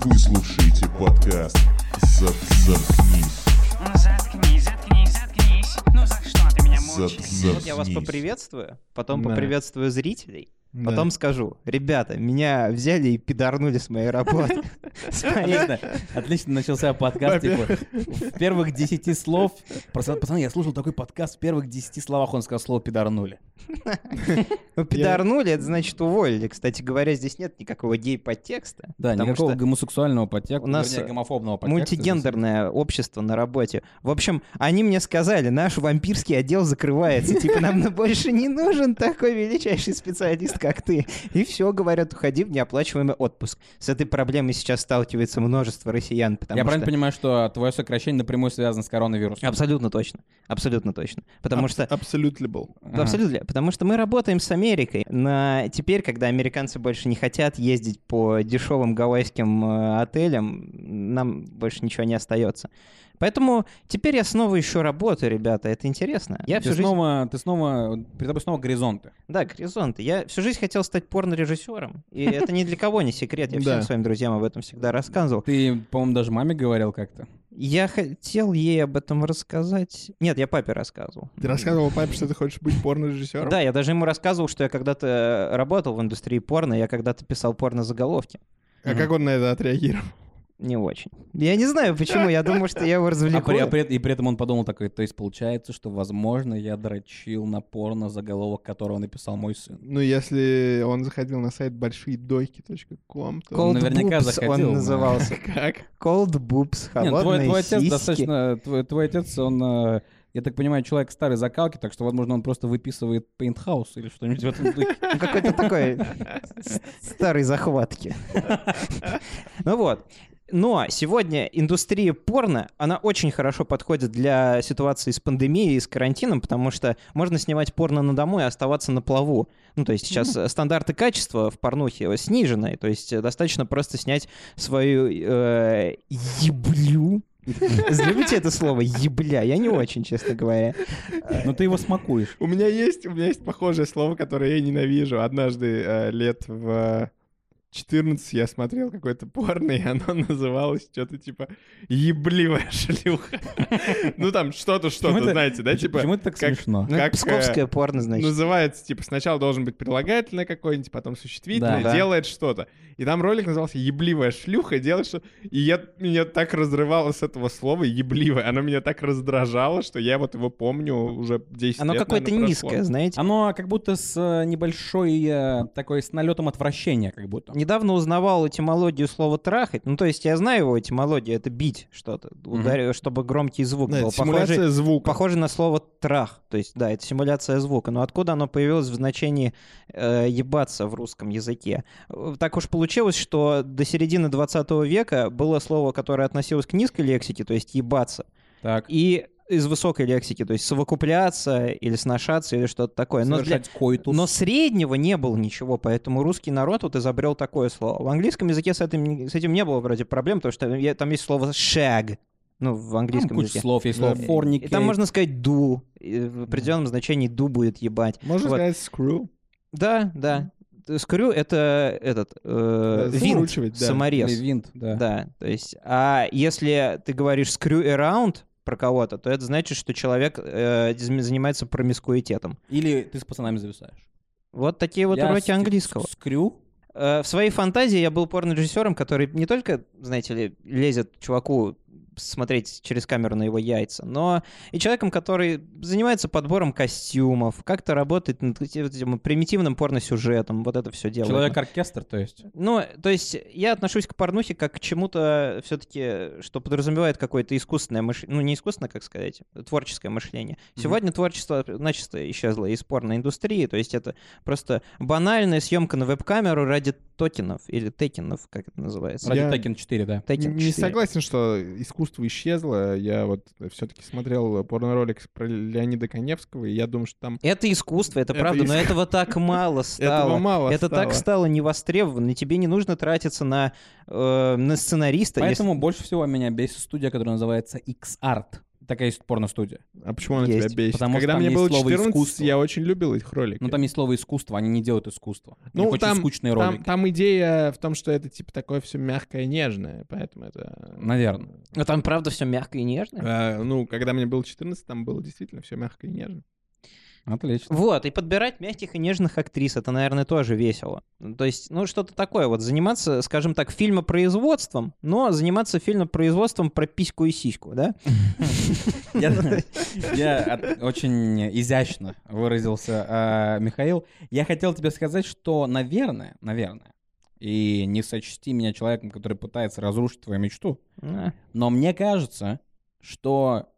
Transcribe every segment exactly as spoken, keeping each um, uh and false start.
Вы слушаете подкаст «Заткнись». Ну заткнись, заткнись, заткнись. Ну за что ты меня мучаешь? Заткнись. Вот я вас поприветствую, потом Да. поприветствую зрителей, Да. потом скажу: ребята, меня взяли и пидорнули с моей работы. С моей- Отлично, отлично начался подкаст. Типа, в первых десяти слов... Просто, пацаны, я слушал такой подкаст, в первых десяти словах он сказал слово «пидорнули». Ну, пидорнули, это значит уволили. Кстати говоря, здесь нет никакого гей-подтекста. Да, потому никакого что гомосексуального подтекста, у нас вернее, гомофобного подтекста. мультигендерное общество на работе. В общем, они мне сказали: наш вампирский отдел закрывается. Типа, нам больше не нужен такой величайший специалист, как ты. И все, говорят, уходи в неоплачиваемый отпуск. С этой проблемой сейчас сталкивается множество россиян. Потому Я что... правильно понимаю, что твое сокращение напрямую связано с коронавирусом? Абсолютно точно. Абсолютно точно. Потому что... Абсолютно был. Ага. Абсолютно. Потому что мы работаем с Америкой. На... Теперь, когда американцы больше не хотят ездить по дешевым гавайским э, отелям, нам больше ничего не остается. Поэтому теперь я снова ищу работу, ребята. Это интересно. Я Ты всю жизнь... снова, ты снова, перед тобой снова горизонты. Да, горизонты. Я всю жизнь хотел стать порнорежиссером. И это ни для кого не секрет. Я всем Да. своим друзьям об этом всегда рассказывал. Ты, по-моему, даже маме говорил как-то. Я хотел ей об этом рассказать. Нет, я папе рассказывал. Ты рассказывал папе, что ты хочешь быть порнорежиссером? Да, я даже ему рассказывал, что я когда-то работал в индустрии порно, я когда-то писал порно-заголовки. А как он на это отреагировал? Не очень. Я не знаю, почему. Я думаю, что я его А развлеку. при- а при- и при этом он подумал такой, то есть получается, что, возможно, я дрочил на порно, заголовок которого написал мой сын. Ну, если он заходил на сайт большие дойки точка ком, то... Cold наверняка Boobs заходил, он но- назывался. Как? Cold Boobs, Нет, твой, холодные твой отец сиськи. достаточно... Твой, твой отец, он, э, я так понимаю, человек старой закалки, так что, возможно, он просто выписывает Painthouse или что-нибудь в этом духе. Ну, какой-то такой с- старой захватки. Ну вот. Но сегодня индустрия порно, она очень хорошо подходит для ситуации с пандемией и с карантином, потому что можно снимать порно на дому и оставаться на плаву. Ну, то есть сейчас э, стандарты качества в порнухе снижены, то есть э, достаточно просто снять свою э, еблю. Любите это слово «ебля»? Я не очень, честно говоря. Но ты его смакуешь. У меня есть, у меня есть похожее слово, которое я ненавижу. Однажды э, лет в четырнадцать я смотрел какое-то порно, и оно называлось что-то типа «ебливая шлюха». Ну там что-то, Почему что-то, это- знаете, да? Типа Почему это так как- смешно? Ну, это Как, псковское порно, значит. называется, типа, сначала должен быть прилагательное какое-нибудь, потом существительное, Да. делает что-то. И там ролик назывался «Ебливая шлюха», делает что И я, меня так разрывало с этого слова «ебливая». Оно меня так раздражало, что я вот его помню уже десять Оно лет, какое-то наверное, низкое, прошло. знаете. Оно как будто с э, небольшой э, такой, с налетом отвращения, как будто. Недавно узнавал этимологию слова «трахать». Ну, то есть я знаю его этимологию, это бить что-то, ударить, чтобы громкий звук Да, был. это симуляция Похоже, звука. похоже на слово «трах». То есть, да, это симуляция звука. Но откуда оно появилось в значении э, «ебаться» в русском языке? Э, Так уж получилось, что до середины двадцатого века было слово, которое относилось к низкой лексике, то есть «ебаться», Так, и из высокой лексики, то есть совокупляться или сношаться или что-то такое. Но для, совершать койтус. но среднего не было ничего, поэтому русский народ вот изобрел такое слово. В английском языке с этим, с этим не было вроде проблем, потому что я- там есть слово shag, ну, в Там английском куча языке. слов, есть слово Да. форники. И там можно сказать do, и в определенном значении do будет ебать. Можно Вот. сказать «screw». Да, да. Скрю — это этот э, Да, винт, закручивать, да. саморез. Или винт, да. Да, то есть, а если ты говоришь screw around про кого-то, то это значит, что человек э, зам- занимается промискуитетом. Или ты с пацанами зависаешь. Вот такие вот Я уроки с- английского. с- Скрю. Э, В своей фантазии я был порнорежиссером, который не только, знаете ли, лезет чуваку смотреть через камеру на его яйца, но и человеком, который занимается подбором костюмов, как-то работает над этим примитивным порносюжетом, вот это все делает. Человек-оркестр, то есть. Ну, то есть я отношусь к порнухе как к чему-то все-таки, что подразумевает какое-то искусственное мышление, ну не искусственное, как сказать, творческое мышление. Сегодня творчество начисто исчезло из порноиндустрии, то есть это просто банальная съемка на веб-камеру ради токенов или текенов, как это называется. Ради Я- Tekken четыре, да. Tekken Не четыре. согласен, что искусство исчезло. Я вот все-таки смотрел порноролик про Леонида Каневского, и я думаю, что там... Это искусство, это, Это правда, но иск- этого так мало стало. Этого мало это так стало. стало невостребовано, и тебе не нужно тратиться на, э, на сценариста. если- Поэтому больше всего меня бесит студия, которая называется X-Art. Такая есть порно-студия. А почему она Есть. тебя бесит? Потому что Когда там мне есть было слово четырнадцать, искусство. я очень любил их ролики. Ну, там есть слово искусство, они не делают искусство. У Ну, них очень там- скучные Там, ролики. там идея в том, что это типа такое все мягкое, нежное, поэтому это... Наверное. Ну там правда все мягко и нежно. А, ну, когда мне было четырнадцать, там было действительно все мягко и нежно. Отлично. Вот, и подбирать мягких и нежных актрис, это, наверное, тоже весело. Ну, То есть, ну, что-то такое, вот, заниматься, скажем так, фильмопроизводством, но заниматься фильмопроизводством про письку и сиську, да? Я, я от- очень изящно выразился, а, Михаил. Я хотел тебе сказать, что, наверное, наверное, и не сочти меня человеком, который пытается разрушить твою мечту, А, но мне кажется, что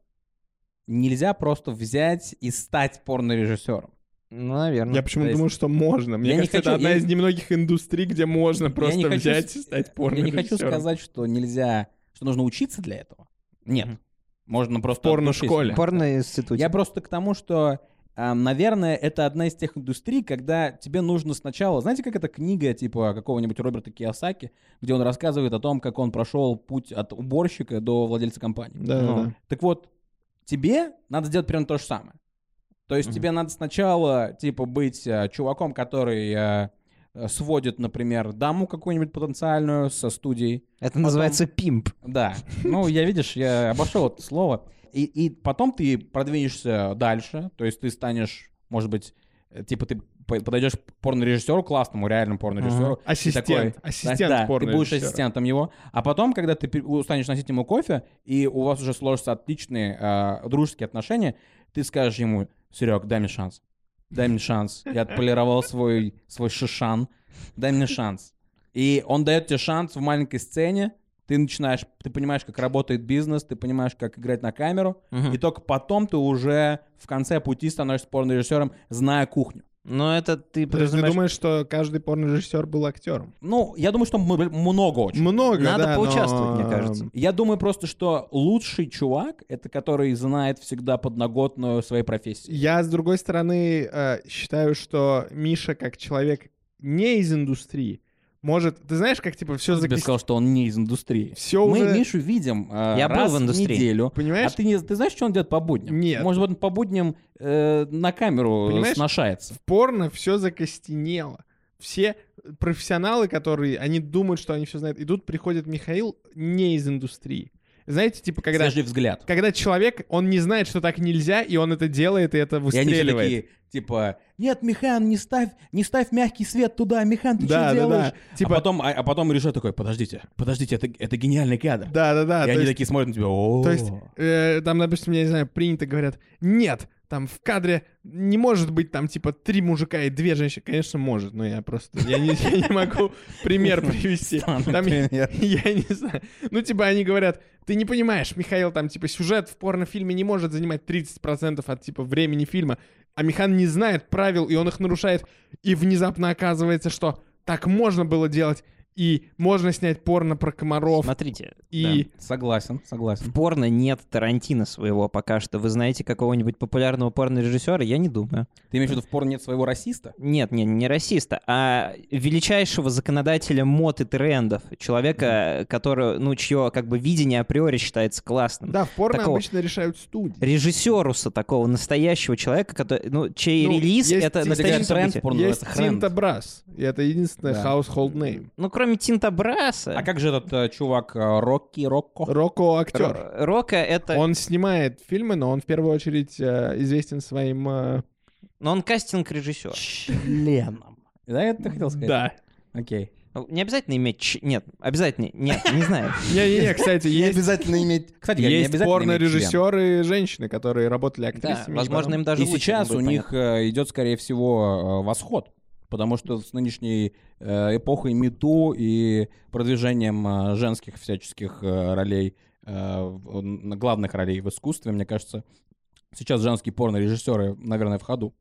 нельзя просто взять и стать порнорежиссером. Ну, наверное. Я почему-то то есть- думаю, что можно. Мне Я не кажется, это хочу- одна я- из немногих индустрий, где можно Я просто не хочу взять с- и стать Я порно-режиссером. не хочу сказать, что нельзя, что нужно учиться для этого. Нет. Мгм. Можно просто... В порно-школе. от души снимать. Порно-институте. Я просто к тому, что, а, наверное, это одна из тех индустрий, когда тебе нужно сначала... Знаете, как эта книга типа какого-нибудь Роберта Кийосаки, где он рассказывает о том, как он прошел путь от уборщика до владельца компании? Да, Ну. да. Так вот, тебе надо сделать примерно то же самое. То есть Мгм. тебе надо сначала, типа, быть а, чуваком, который а, а, сводит, например, даму какую-нибудь потенциальную со студией. Это называется пимп. Да. Ну, я, видишь, я обошел это слово. И, и потом ты продвинешься дальше, то есть ты станешь, может быть, э, типа ты по- подойдешь к порнорежиссеру, классному, реальному порнорежиссеру. и Ассистент. такой, Ассистент да, ты будешь порнорежиссера. ассистентом его, а потом, когда ты пер- устанешь носить ему кофе, и у вас уже сложатся отличные а, дружеские отношения, ты скажешь ему: Серег, дай мне шанс. Дай мне шанс. Я отполировал свой, свой шишан. Дай мне шанс. И он дает тебе шанс в маленькой сцене. Ты начинаешь, ты понимаешь, как работает бизнес, ты понимаешь, как играть на камеру. Мгм. И только потом ты уже в конце пути становишься порнорежиссером, зная кухню. Но это ты Подожди, ты подразумеваешь... думаешь, что каждый порнорежиссер был актером? Ну, я думаю, что м- много очень. Много, Надо да, поучаствовать, но- мне кажется. Я думаю просто, что лучший чувак — это который знает всегда подноготную своей профессии. Я, с другой стороны, э, считаю, что Миша, как человек не из индустрии, может... Ты знаешь, как, типа, все Кто тебе сказал, что он не из индустрии? Все Мы уже... Мишу видим э, Я был раз в индустрии. неделю. Понимаешь? А ты, не, ты знаешь, что он делает по будням? Нет. Может быть, он по будням э, на камеру Понимаешь? сношается. В порно все закостенело. Все профессионалы, которые, они думают, что они все знают. И тут приходит Михаил не из индустрии. Знаете, типа, когда... Свежий взгляд. Когда человек, он не знает, что так нельзя, и он это делает, и это И они все выстреливает. такие, типа, нет, Михан, не ставь, не ставь мягкий свет туда, Михан, ты Да, что да, делаешь? да. Типа- А потом, а, а потом решил такой: подождите, подождите, это, это гениальный кадр. Да-да-да. И то они есть- такие смотрят на тебя: о То есть, э, там, допустим, я не знаю, принято говорят, нет, там в кадре не может быть там типа три мужика и две женщины. Конечно, может, но я просто, я не, я не могу пример привести. Странный Там я, пример. я не знаю. Ну, типа, они говорят, ты не понимаешь, Михаил, там, типа, сюжет в порнофильме не может занимать тридцать процентов от, типа, времени фильма, а Михан не знает правил, и он их нарушает, и внезапно оказывается, что так можно было делать, и можно снять порно про комаров, Смотрите, и... Согласен, согласен. в порно нет Тарантино своего пока что. Вы знаете какого-нибудь популярного порно-режиссера? Я не думаю. Ты имеешь в виду, в порно нет своего расиста? Нет, не, не расиста, а величайшего законодателя мод и трендов. Человека, который, ну, чье как бы видение априори считается классным. Да, в порно Такого- обычно решают студии. Режиссеруса такого настоящего человека, который, ну, чей Ну, релиз есть это те- настоящее тренд событие. в порно Есть называется хренд. Тинта Брас, и это единственное Да. household name. Ну, кроме Тинта Браса, А как же этот э, чувак э, Рокки, Рокко? Роко актер. Ро- Рока это... Он снимает фильмы, но он в первую очередь э, известен своим... э, Но он кастинг-режиссер. Членом. Да, это ты хотел сказать? Да. Окей. Не обязательно иметь... ч- Нет, обязательно... Нет, не знаю. Не-не-не, кстати, Не есть, обязательно иметь... Кстати, говоря, не есть обязательно иметь член. порно-режиссеры женщины, которые работали Да, актрисами. возможно, им потом- даже И лучше сейчас будет у них понятно. э, идет, скорее всего, э, восход. Потому что с нынешней э, эпохой МИТУ и продвижением э, женских всяческих э, ролей, э, в- н- главных ролей в искусстве, мне кажется, сейчас женские порно-режиссеры, наверное, в ходу.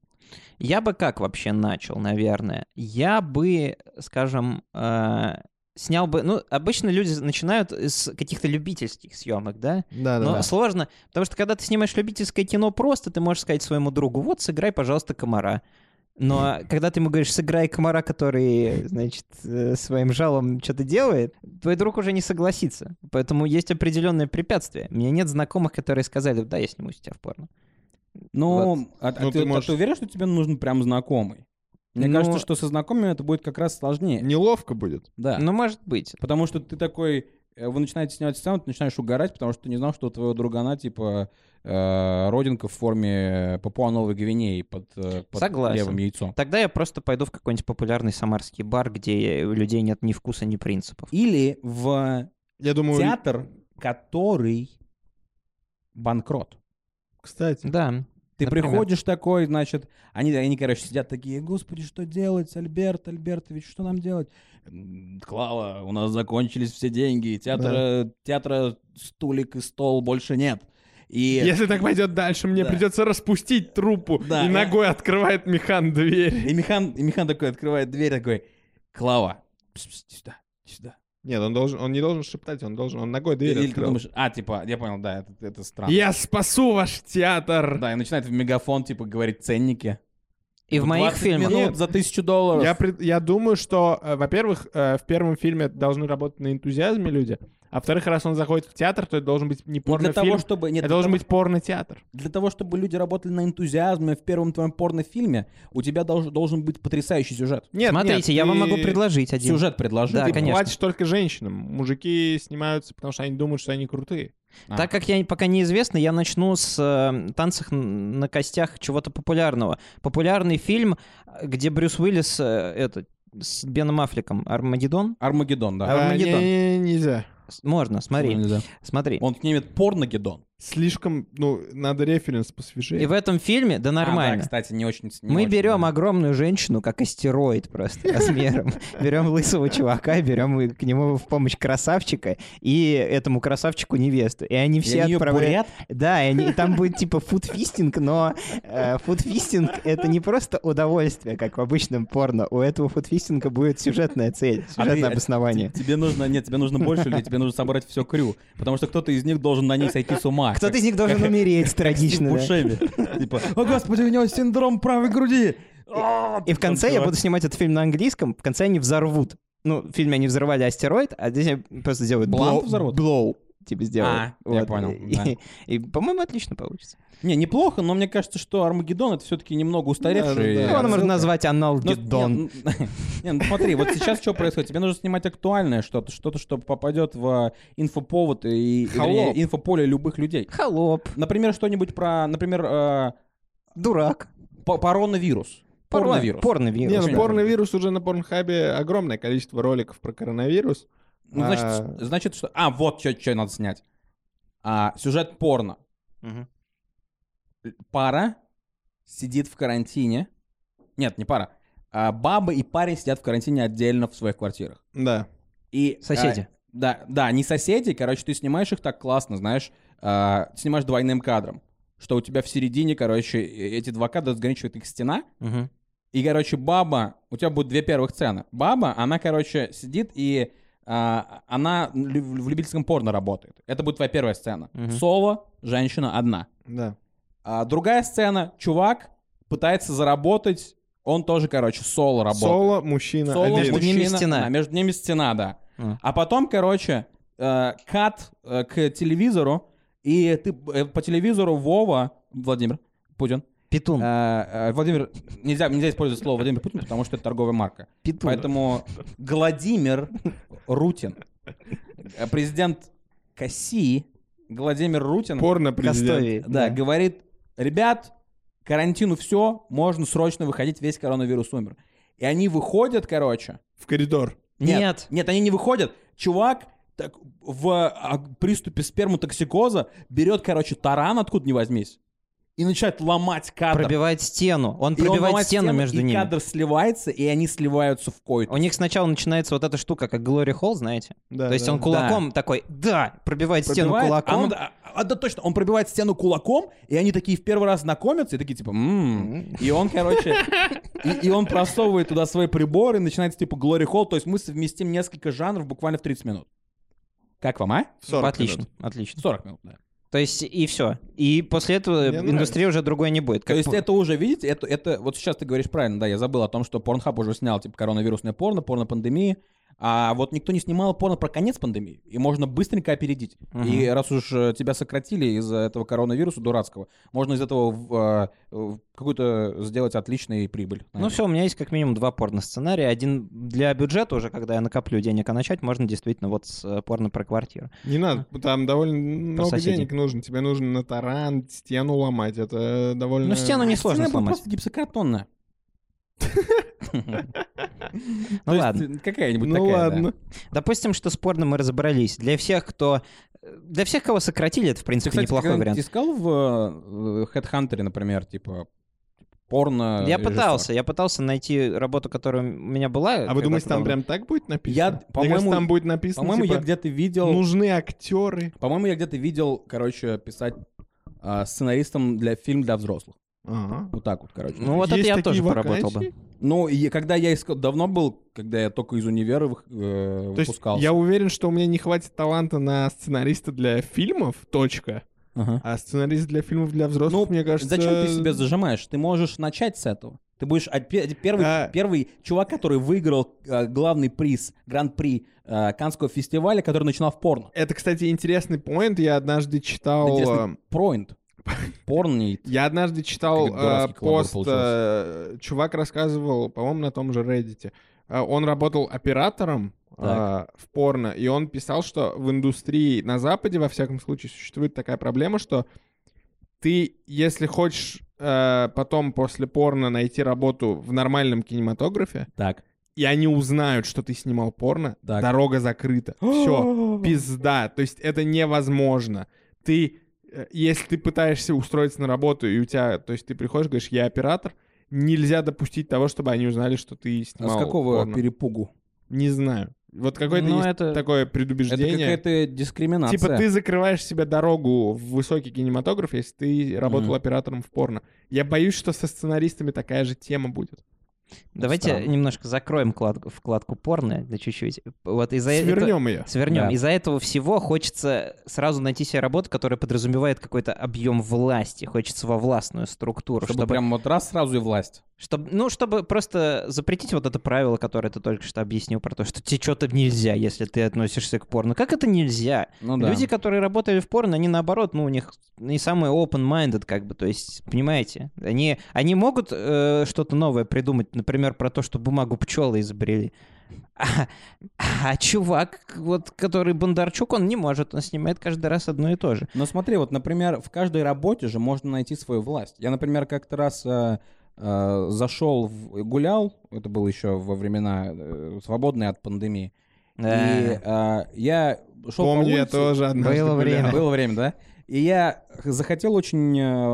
Я бы как вообще начал, наверное? Я бы, скажем, э, снял бы... Ну, обычно люди начинают с каких-то любительских съемок, да? Да, да, Но да. сложно, потому что когда ты снимаешь любительское кино просто, ты можешь сказать своему другу: вот, сыграй, пожалуйста, комара. Но когда ты ему говоришь, сыграй комара, который, значит, э, своим жалом что-то делает, твой друг уже не согласится. Поэтому есть определенные препятствия. У меня нет знакомых, которые сказали, да, я снимусь у тебя в порно. Ну, Вот. а, а Ну, ты, ты можешь- а ты уверен, что тебе нужен прям знакомый? Мне Ну- кажется, что со знакомыми это будет как раз сложнее. Неловко будет. Да. Ну, может быть. Потому что ты такой, э, вы начинаете снимать сцену, ты начинаешь угорать, потому что ты не знал, что у твоего другана, типа, э, родинка в форме Папуа-Новой Гвинеи под, э, под Согласен. левым яйцом. Тогда я просто пойду в какой-нибудь популярный самарский бар, где у людей нет ни вкуса, ни принципов. Или в Я думаю, театр, который банкрот. кстати, Да. Ты Например. приходишь такой, значит, они, они, короче, сидят такие, господи, что делать, Альберт, Альбертович, что нам делать? «М, Клава, у нас закончились все деньги, театра, театра стулик и стол больше нет. И если так пойдет дальше, мне Да. придется распустить труппу. Да, и я- ногой открывает механ дверь. И Михан, и Михан такой открывает дверь, такой, Клава, пс, пс, иди сюда, иди сюда. Нет, он должен, он не должен шептать, он должен, он ногой дверь Или ты открыл. думаешь, а, типа, я понял, да, это, это странно. Я спасу ваш театр. Да, и начинает в мегафон, типа, говорить ценники. И в моих двадцать фильмах... минут Нет. за тысячу долларов. Я, пред- я думаю, что, э, во-первых, э, в первом фильме должны работать на энтузиазме люди, а во-вторых, раз он заходит в театр, то это должен быть не Ну, для порнофильм, того, чтобы... Нет, это для должен того- быть порнотеатр. Для того, чтобы люди работали на энтузиазме в первом твоем порнофильме, у тебя долж- должен быть потрясающий сюжет. Нет, Смотрите, нет, я вам ты- могу предложить один. Сюжет предложи. Да, Ты конечно. платишь только женщинам. Мужики снимаются, потому что они думают, что они крутые. А. Так как я пока неизвестно, я начну с э, танцев н- на костях чего-то популярного. Популярный фильм, где Брюс Уиллис, э, это, с Беном Аффлеком, «Армагеддон». Армагеддон, да. А, Армагеддон. А, не- не- нельзя. С- Можно, смотри, Нельзя. смотри. Он снимет порногедон. Слишком, ну, надо референс посвежее. И в этом фильме, да А, нормально. да, кстати, не очень... не Мы очень, берем да. огромную женщину, как астероид просто размером. Берем лысого чувака, берем к нему в помощь красавчика и этому красавчику невесту. И они И все они её отправляют... бурят? Да, и, они, и там будет типа фудфистинг, но э, фудфистинг — это не просто удовольствие, как в обычном порно. У этого фудфистинга будет сюжетная цель, А сюжетное ты- обоснование. те- Тебе нужно, нет, тебе нужно больше людей, тебе нужно собрать все крю, потому что кто-то из них должен на них сойти с ума. Кто-то как- из них должен как- умереть как Стив трагично. да. Бушеми. Типа, о господи, у него синдром правой груди. А, И в конце я чувак. буду снимать этот фильм на английском, в конце они взорвут. Ну, в фильме они взорвали астероид, а здесь они просто сделают Блант blow, взорвут? blow, типа сделают. А, я понял, И, да. и, по-моему, отлично получится. Не, неплохо, но мне кажется, что Армагеддон это все-таки немного устаревший. Да, да, да. Его можно отсылка. назвать Ну, Аналгеддон. Не, ну, не, ну смотри, вот сейчас что происходит? Тебе нужно снимать актуальное что-то, что-то, что попадет в инфоповод и вернее, Холоп. инфополе любых людей. Холоп, Например, что-нибудь про, например, э, дурак. по- коронавирус. Порновирус. Порновирус. Не, ну Очень порновирус уже на Порнхабе огромное количество роликов про коронавирус. Ну, значит, А, значит, что... А, вот что надо снять. А, сюжет порно. Мгм. Пара сидит в карантине. Нет, не пара. А, баба и парень сидят в карантине отдельно в своих квартирах. Да. И, Соседи. а, да, да, не соседи. Короче, ты снимаешь их так классно, знаешь. а, снимаешь двойным кадром. Что у тебя в середине, короче, э- эти два кадра сграничивает их стена. Мгм. И, короче, баба... У тебя будет две первых сцены. Баба, она, короче, сидит и... а, она лю- в любительском порно работает. Это будет твоя первая сцена. Мгм. Соло, женщина одна. Да. А другая сцена, чувак пытается заработать, он тоже, короче, соло работает. Соло, мужчина, Соло, один. Между ними мужчина, стена. да, между ними стена, да. М. А потом, короче, э, кат э, к телевизору, и ты э, по телевизору Вова, Владимир Путин, Петун. э, э, Владимир, нельзя, нельзя использовать слово Владимир Путин, потому что это торговая марка. Петун. Поэтому Владимир Рутин, э, президент России, Владимир Рутин, Порно-президент. Кастовий. да, говорит, ребят, карантину все, можно срочно выходить, весь коронавирус умер. И они выходят, короче. В коридор. Нет, Нет. нет, они не выходят. Чувак так, в а, приступе сперматоксикоза берет, короче, таран, откуда ни возьмись, и начинает ломать кадр. Пробивает стену. Он И он пробивает ломает стену между и ними. кадр сливается, и они сливаются в койку. У них сначала начинается вот эта штука, как Глори Холл, знаете? Да, То есть да. он кулаком такой, да, пробивает стену Пробивает, кулаком. а он- а, а, да, точно, он пробивает стену кулаком, и они такие в первый раз знакомятся, и такие типа, «М-м». И он, короче, и, и он просовывает туда свои приборы, и начинается типа Glory Hall, то есть мы совместим несколько жанров буквально в тридцать минут. Как вам, а? В сорок Отлично, минут. отлично. сорок минут, да. То есть и все. И после этого Мне индустрии уже другой не будет. То Как есть по- это уже, видите, это, это вот сейчас ты говоришь правильно, да, я забыл о том, что Pornhub уже снял, типа, коронавирусное порно, порно-пандемии, а вот никто не снимал порно про конец пандемии, и можно быстренько опередить. Мгм. И раз уж э, тебя сократили из-за этого коронавируса дурацкого, можно из этого в, э, в какую-то сделать отличную прибыль. Ну наверное. все, у меня есть как минимум два порно-сценария. Один для бюджета уже, когда я накоплю денег, а начать можно действительно вот с э, порно про квартиру. Не надо, там довольно много соседей. денег нужно. Тебе нужно на таран, стену ломать. Это довольно... Ну стену не сложно Стена была сломать. просто гипсокартонная. Ну То есть, ладно. э, какая-нибудь Ну такая, да. ладно. Допустим, что с порно мы разобрались. Для всех, кто... Для всех, кого сократили, это, в Ты, принципе, кстати, неплохой когда-нибудь вариант. искал в э, HeadHunter, например, типа порно Я режиссер? пытался, я пытался найти работу, которая у меня была. А вы когда-то думаете, там давно. прям так будет написано? Я, Мне кажется, по-моему, там будет написано, По-моему, типа, я где-то видел... нужны актеры. По-моему, я где-то видел, короче, писать а, сценаристом для фильм для взрослых. Ага. Вот так вот, короче. Ну вот это Есть я такие тоже поработал бы. вакансии? Ну, и когда я искал... Давно был, когда я только из универа вых- э, То есть выпускался. я уверен, что у меня не хватит таланта на сценариста для фильмов, точка. Ага. А сценарист для фильмов для взрослых, Ну, мне кажется... зачем ты себя зажимаешь? Ты можешь начать с этого. Ты будешь от- пе- первый, А. первый чувак, который выиграл э, главный приз, гран-при э, Каннского фестиваля, который начинал в порно. Это, кстати, интересный поинт. Я однажды читал... Интересный э, поинт. Порно. Я однажды читал Как дурацкий э, каламбур пост, получился. э, чувак рассказывал, по-моему, на том же Reddit. Э, Он работал оператором э, Так. в порно, и он писал, что в индустрии на Западе, во всяком случае, существует такая проблема, что ты, если хочешь э, потом после порно найти работу в нормальном кинематографе, Так. и они узнают, что ты снимал порно, Так. дорога закрыта. Все, пизда. То есть это невозможно. Ты, э, если ты пытаешься устроиться на работу, и у тебя, то есть ты приходишь, говоришь, я оператор, нельзя допустить того, чтобы они узнали, что ты А снимал с какого порно. перепугу? Не знаю. Вот какое-то Ну, есть это- такое Это предубеждение. какая-то дискриминация. Типа ты закрываешь себе дорогу в высокий кинематограф, если ты работал Мгм. оператором в порно. Я боюсь, что со сценаристами такая же тема будет. Давайте Странно. немножко закроем вкладку, вкладку порно, да чуть-чуть. Вот из-за этого... Свернем ее. Свернем. Да. Из-за этого всего хочется сразу найти себе работу, которая подразумевает какой-то объем власти. Хочется во властную структуру. Чтобы, прям вот раз сразу и власть. Чтобы, ну, чтобы просто запретить вот это правило, которое ты только что объяснил, про то, что тебе что-то нельзя, если ты относишься к порно. Как это нельзя? Ну да. Люди, которые работали в порно, они наоборот, ну, у них не самые open-minded, как бы, то есть, понимаете, они, они могут э, что-то новое придумать, например, про то, что бумагу пчелы изобрели. А, а чувак, вот, который Бондарчук, он не может, он снимает каждый раз одно и то же. Но смотри, вот, например, в каждой работе же можно найти свою власть. Я, например, как-то раз э, э, зашел, в- гулял, это было еще во времена э, свободные от пандемии, и э, я шел по Помню, я улице. тоже однажды Было время. гулял. Было время, да? И я захотел очень э,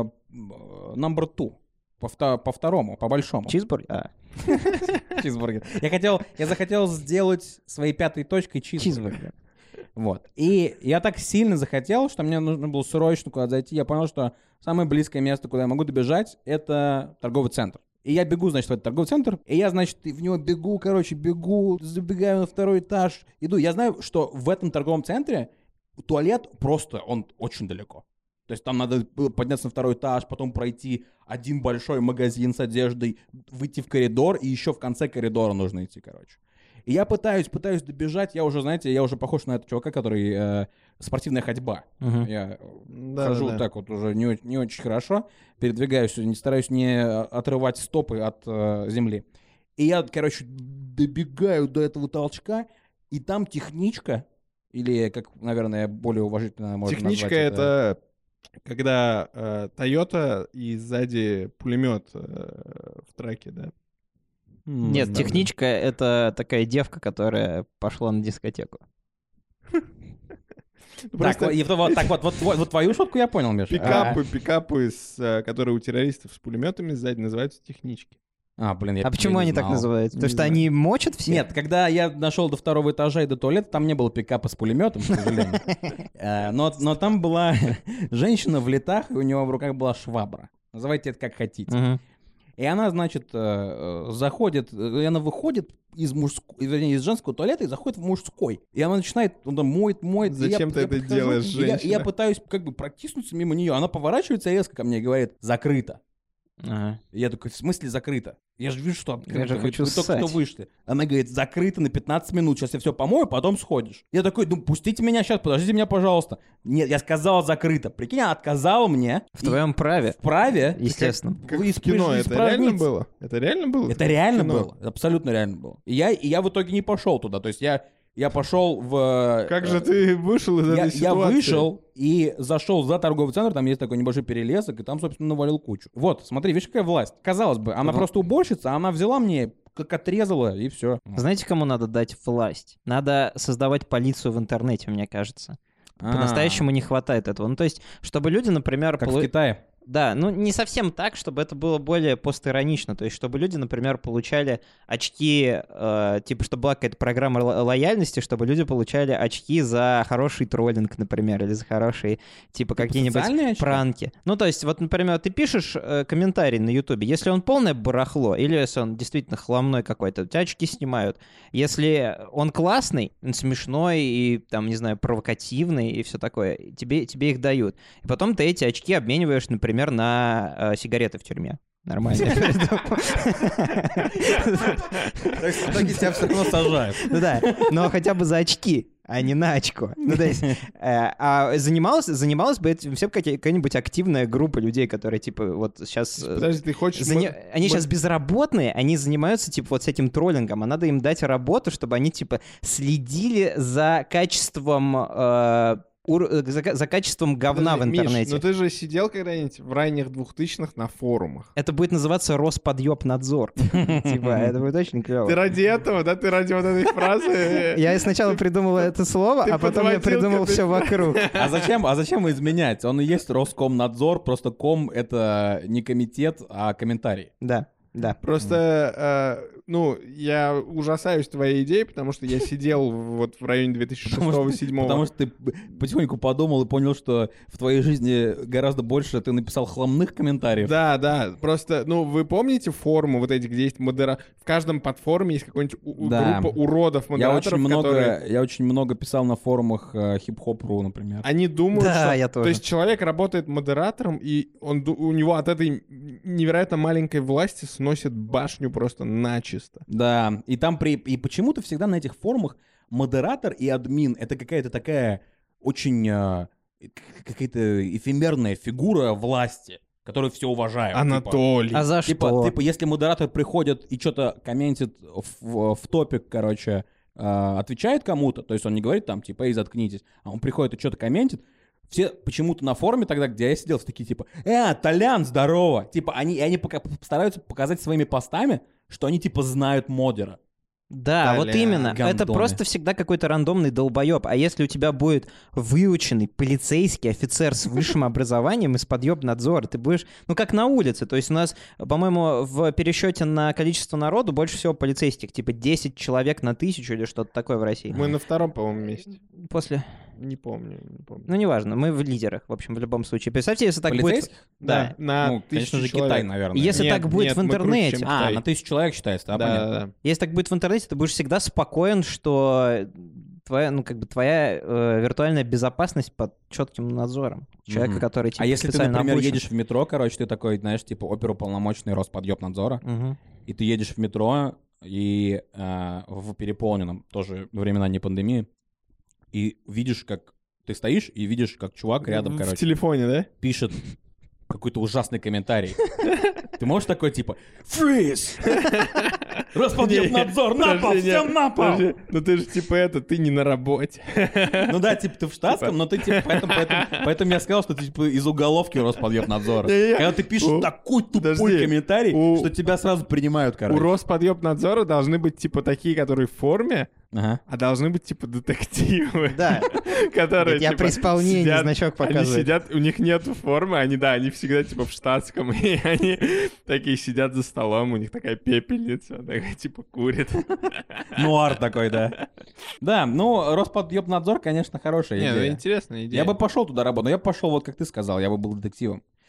number two, по, вто- по второму, по большому. Чизбургер? А, Чизбургер. Я хотел, я захотел сделать своей пятой точкой чизбургер. чизбургер. Вот. И я так сильно захотел, что мне нужно было срочно куда-то зайти. Я понял, что самое близкое место, куда я могу добежать, это торговый центр. И я бегу, значит, в этот торговый центр, и я, значит, в него бегу, короче, бегу, забегаю на второй этаж, иду. Я знаю, что в этом торговом центре туалет просто, он очень далеко. То есть там надо было подняться на второй этаж, потом пройти один большой магазин с одеждой, выйти в коридор, и еще в конце коридора нужно идти, короче. И я пытаюсь, пытаюсь добежать, я уже, знаете, я уже похож на этого чувака, который э, спортивная ходьба. Мгм. Я Да, хожу да, да. так вот уже не, о- не очень хорошо, передвигаюсь, не стараюсь не отрывать стопы от э, земли. И я, короче, добегаю до этого толчка, и там техничка, или, как, наверное, более уважительно можно Техничка назвать это когда э, Toyota и сзади пулемет э, в траке, да. М, Нет, да. техничка — это такая девка, которая пошла на дискотеку. Так, Просто и вот, так вот, вот, вот, вот твою шутку я понял, Миша. пикапы, пикапы, с, э, которые у террористов с пулеметами сзади, называются технички. А, а, блин, я А почему я не они так знал. называются? Потому Не что знаю. они мочат всех? Нет, когда я дошел до второго этажа и до туалета, там не было пикапа с пулеметом, к сожалению. Э, Но, но там была женщина в летах, и у него в руках была швабра. Называйте это как хотите. Мгм. И она, значит, э, э, заходит, э, и она выходит из мужского, вернее, из женского туалета и заходит в мужской. И она начинает, он там моет, моет. и Зачем я- ты я это подхожу, делаешь, и я- и я, женщина? пытаюсь как бы протиснуться мимо нее. Она поворачивается резко ко мне и говорит: закрыто. Ага. И я такой: в смысле закрыто? Я же вижу, что открыто. Я же Вы- хочу вы только что ссать. вышли. Она говорит: закрыто на пятнадцать минут. Сейчас я все помою, потом сходишь. Я такой: ну пустите меня сейчас, подождите меня, пожалуйста. Нет, я сказал закрыто. Прикинь, она отказала мне. В И твоем праве, вправе. естественно. Как Вы в кино, из это реально провинции. было? Это реально было? Это реально Кино. было. Абсолютно реально было. И я, и я в итоге не пошел туда. То есть я, я пошел в... Как э, же ты вышел из я, этой я ситуации? вышел и зашел за торговый центр, там есть такой небольшой перелесок, и там, собственно, навалил кучу. Вот, смотри, видишь, какая власть. Казалось бы, она Ну. просто уборщица, а она взяла мне, как отрезала, и все. Знаете, кому надо дать власть? Надо создавать полицию в интернете, мне кажется. По-настоящему не хватает этого. Ну, то есть, чтобы люди, например... Как полу- в Китае. Да, ну не совсем так, чтобы это было более постиронично. То есть, чтобы люди, например, получали очки, э, типа, чтобы была какая-то программа ло- лояльности, чтобы люди получали очки за хороший троллинг, например, или за хорошие, типа, какие-нибудь социальные очки? пранки. Ну, то есть, вот, например, ты пишешь э, комментарий на Ютубе, если он полное барахло, или если он действительно хламной какой-то, у тебя очки снимают. Если он классный, он смешной и, там, не знаю, провокативный и все такое, тебе, тебе их дают. И потом ты эти очки обмениваешь, например, на э, сигареты в тюрьме. Нормально. То есть в итоге тебя все равно сажают. Ну да, но хотя бы за очки, а не на очко. Ну, то есть, э, а занималась, занималась бы этим всем какая- какая-нибудь активная группа людей, которые, типа, вот сейчас... э, Подожди, ты хочешь... зани- мы- Они мы- сейчас безработные, они занимаются, типа, вот с этим троллингом, а надо им дать работу, чтобы они, типа, следили за качеством... э, ур- э, за, ка- за качеством говна Подожди, в интернете. Миш, ну ты же сидел когда-нибудь в ранних двухтысячных на форумах. Это будет называться Росподъебнадзор. Типа, это будет очень клево. Ты ради этого, да? Ты ради вот этой фразы... Я сначала придумал это слово, Ты а потом я подводил придумал к этой- все вокруг. А зачем, а зачем изменять? Он и есть Роскомнадзор, просто ком — это не комитет, а комментарий. Да, да. Просто, э, ну, я ужасаюсь твоей идеей, потому что я сидел вот в районе две тысячи шестого-две тысячи седьмого. Потому что ты потихоньку подумал и понял, что в твоей жизни гораздо больше ты написал хламных комментариев. Да, да, просто, ну, вы помните форумы вот эти, где есть модера... В каждом подфоруме есть какая-нибудь у- Да. группа уродов, Я модераторов, очень, много, которые... я очень много писал на форумах э, хип-хоп.ру, например. Они думают, Да, что... я То тоже. есть человек работает модератором, и он, ду- у него от этой невероятно маленькой власти сносит башню просто начисто. Да, и там при... И почему-то всегда на этих форумах модератор и админ — это какая-то такая очень... э, к- какая-то эфемерная фигура власти, которую все уважают. типа. Анатолий. А за Типа, что? типа, если модератор приходит и что-то комментит в, в топик, короче, э, отвечает кому-то, то есть он не говорит там, типа, эй, заткнитесь, а он приходит и что-то комментит, все почему-то на форуме тогда, где я сидел, все такие, типа, э, Толян, здорово! Типа, они, и они пока стараются показать своими постами, что они, типа, знают модера. Да, вот Толя, именно. Это гандоны. просто всегда какой-то рандомный долбоеб. А если у тебя будет выученный полицейский офицер с высшим образованием из подъебнадзора, ты будешь, ну, как на улице. То есть у нас, по-моему, в пересчете на количество народу больше всего полицейских. Типа десять человек на тысячу или что-то такое в России. Мы на втором, по-моему, месте. После... Не помню, не помню. Ну, неважно, мы в лидерах, в общем, в любом случае. Представьте, если так будет... Полицейских? Да. на ну, конечно тысячу же, Китай, человек. наверное. Если Нет, так будет нет, в мы круче, интернете... чем А, Китай. на тысячу человек считается, да, Да, понятно. да, да. Если так будет в интернете, ты будешь всегда спокоен, что твоя, ну, как бы твоя э, виртуальная безопасность под четким надзором человека, Мгм. который типа, А если ты, специально например, обучен. едешь в метро, короче, ты такой, знаешь, типа оперуполномоченный Росподъебнадзора, Мгм. и ты едешь в метро, и э, в переполненном, тоже времена не пандемии, и видишь, как ты стоишь, и видишь, как чувак рядом, В короче, телефоне, да? пишет какой-то ужасный комментарий. Ты можешь такой, типа, «Фриз! Росподъебнадзор, на пол, Подожди, всем нет, на пол!» подожди. Ну ты же типа это, ты не на работе. Ну да, типа ты в штатском, но ты типа, поэтому, поэтому, поэтому я сказал, что ты типа из уголовки Росподъебнадзора. Не-не. Когда ты пишешь У- такой тупой Подожди. комментарий, У- что тебя сразу принимают, У короче. Росподъебнадзора должны быть типа такие, которые в форме, Ага. а должны быть типа детективы. Да, Которые я типа, при исполнении сидят- значок Они показываю. сидят, у них нету формы, они, да, они всегда типа в штатском, и они такие сидят за столом, у них такая пепельница, такая типа курит. Нуар такой, да. Да, ну, Росподъебнадзор, конечно, хорошая Не, ну идея. интересная идея. Я бы пошел туда работать, но я пошел, вот как ты сказал, я бы был детективом.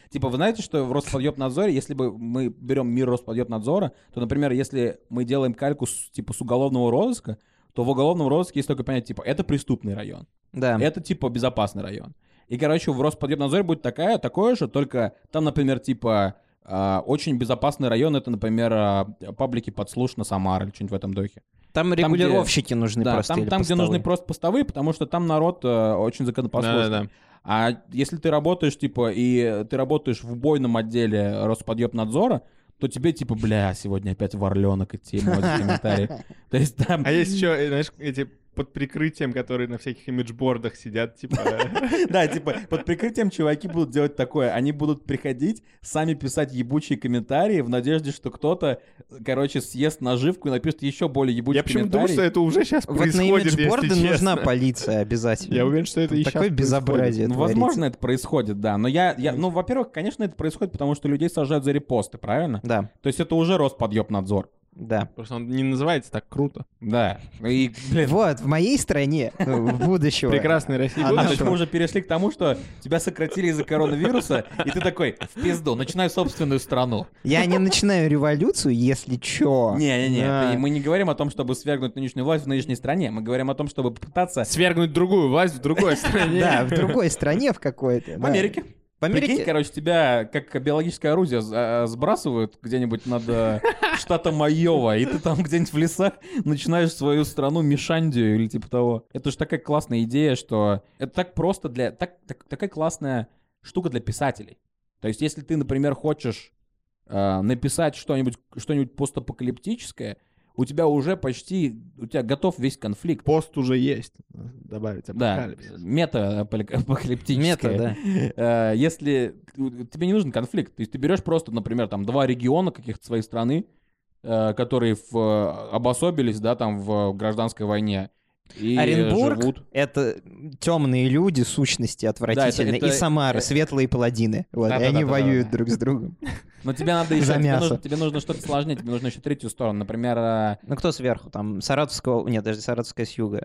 Типа, вы знаете, что в Роспотребнадзоре, если бы мы берем мир Роспотребнадзора, то, например, если мы делаем кальку с, типа с уголовного розыска, то в уголовном розыске есть только понятие, типа, это преступный район, Да. это, типа, безопасный район. И, короче, в Роспотребнадзоре будет такая, такое же, только там, например, типа, э, очень безопасный район, это, например, э, паблики подслушно Самара или что-нибудь в этом духе. Там где- регулировщики нужны Да, просто. там, или там где постовые. нужны просто постовые, потому что там народ э, очень законопослушный. Да-да-да. А если ты работаешь, типа, и ты работаешь в убойном отделе Роспотребнадзора, то тебе, типа, бля, сегодня опять в Орленок идти, мой комментарий. То есть там... А есть еще, знаешь, эти под прикрытием, которые на всяких имиджбордах сидят, типа... Да, типа, под прикрытием чуваки будут делать такое. Они будут приходить, сами писать ебучие комментарии в надежде, что кто-то, короче, съест наживку и напишет еще более ебучий Я почему комментарий. думаю, что это уже сейчас Вот на происходит, имиджборды если нужна честно. полиция обязательно. Я уверен, что это Там и такое щас безобразие Ну, творится. возможно, это происходит, да. Но я, я... Ну, во-первых, конечно, это происходит, потому что людей сажают за репосты, правильно? Да, То есть это уже Роспотребнадзор. да. Просто он не называется так круто. Да. И, блин, Вот, в моей стране, ну, в будущего. Прекрасной России. А А, то нашего. есть мы уже перешли к тому, что тебя сократили из-за коронавируса, и ты такой, в пизду, начинай собственную страну. Я не начинаю революцию, если чё. Не-не-не, Да. это- мы не говорим о том, чтобы свергнуть нынешнюю власть в нынешней стране, мы говорим о том, чтобы попытаться... Свергнуть другую власть в другой стране. Да, в другой стране в какой-то. В да. Америке. В Америке. Прикинь, короче, тебя как биологическое орудие з- а, сбрасывают где-нибудь над э, штатом Айова, и ты там где-нибудь в лесах начинаешь свою страну Мишандию или типа того. Это же такая классная идея, что это так просто для... Так, так- такая классная штука для писателей. То есть если ты, например, хочешь э, написать что-нибудь, что-нибудь постапокалиптическое, у тебя уже почти... У тебя готов весь конфликт. Пост уже есть. Добавить Да, апокалипсис. мета-апокалиптическое. Мета, да. Э, Если тебе не нужен конфликт, то есть ты берешь просто, например, там два региона каких-то своей страны, э, которые в- обособились, да, там в гражданской войне, и Оренбург живут. — это темные люди, сущности отвратительные, это- и Самара, это- светлые паладины. Вот, и Да-да-да-да-да. они воюют друг с другом. Но тебе надо еще, За тебе мясо. нужно, тебе нужно что-то сложнее, тебе нужно еще третью сторону, например, э, Ну, кто сверху? Там Саратовского... Нет, даже Саратовская с юга.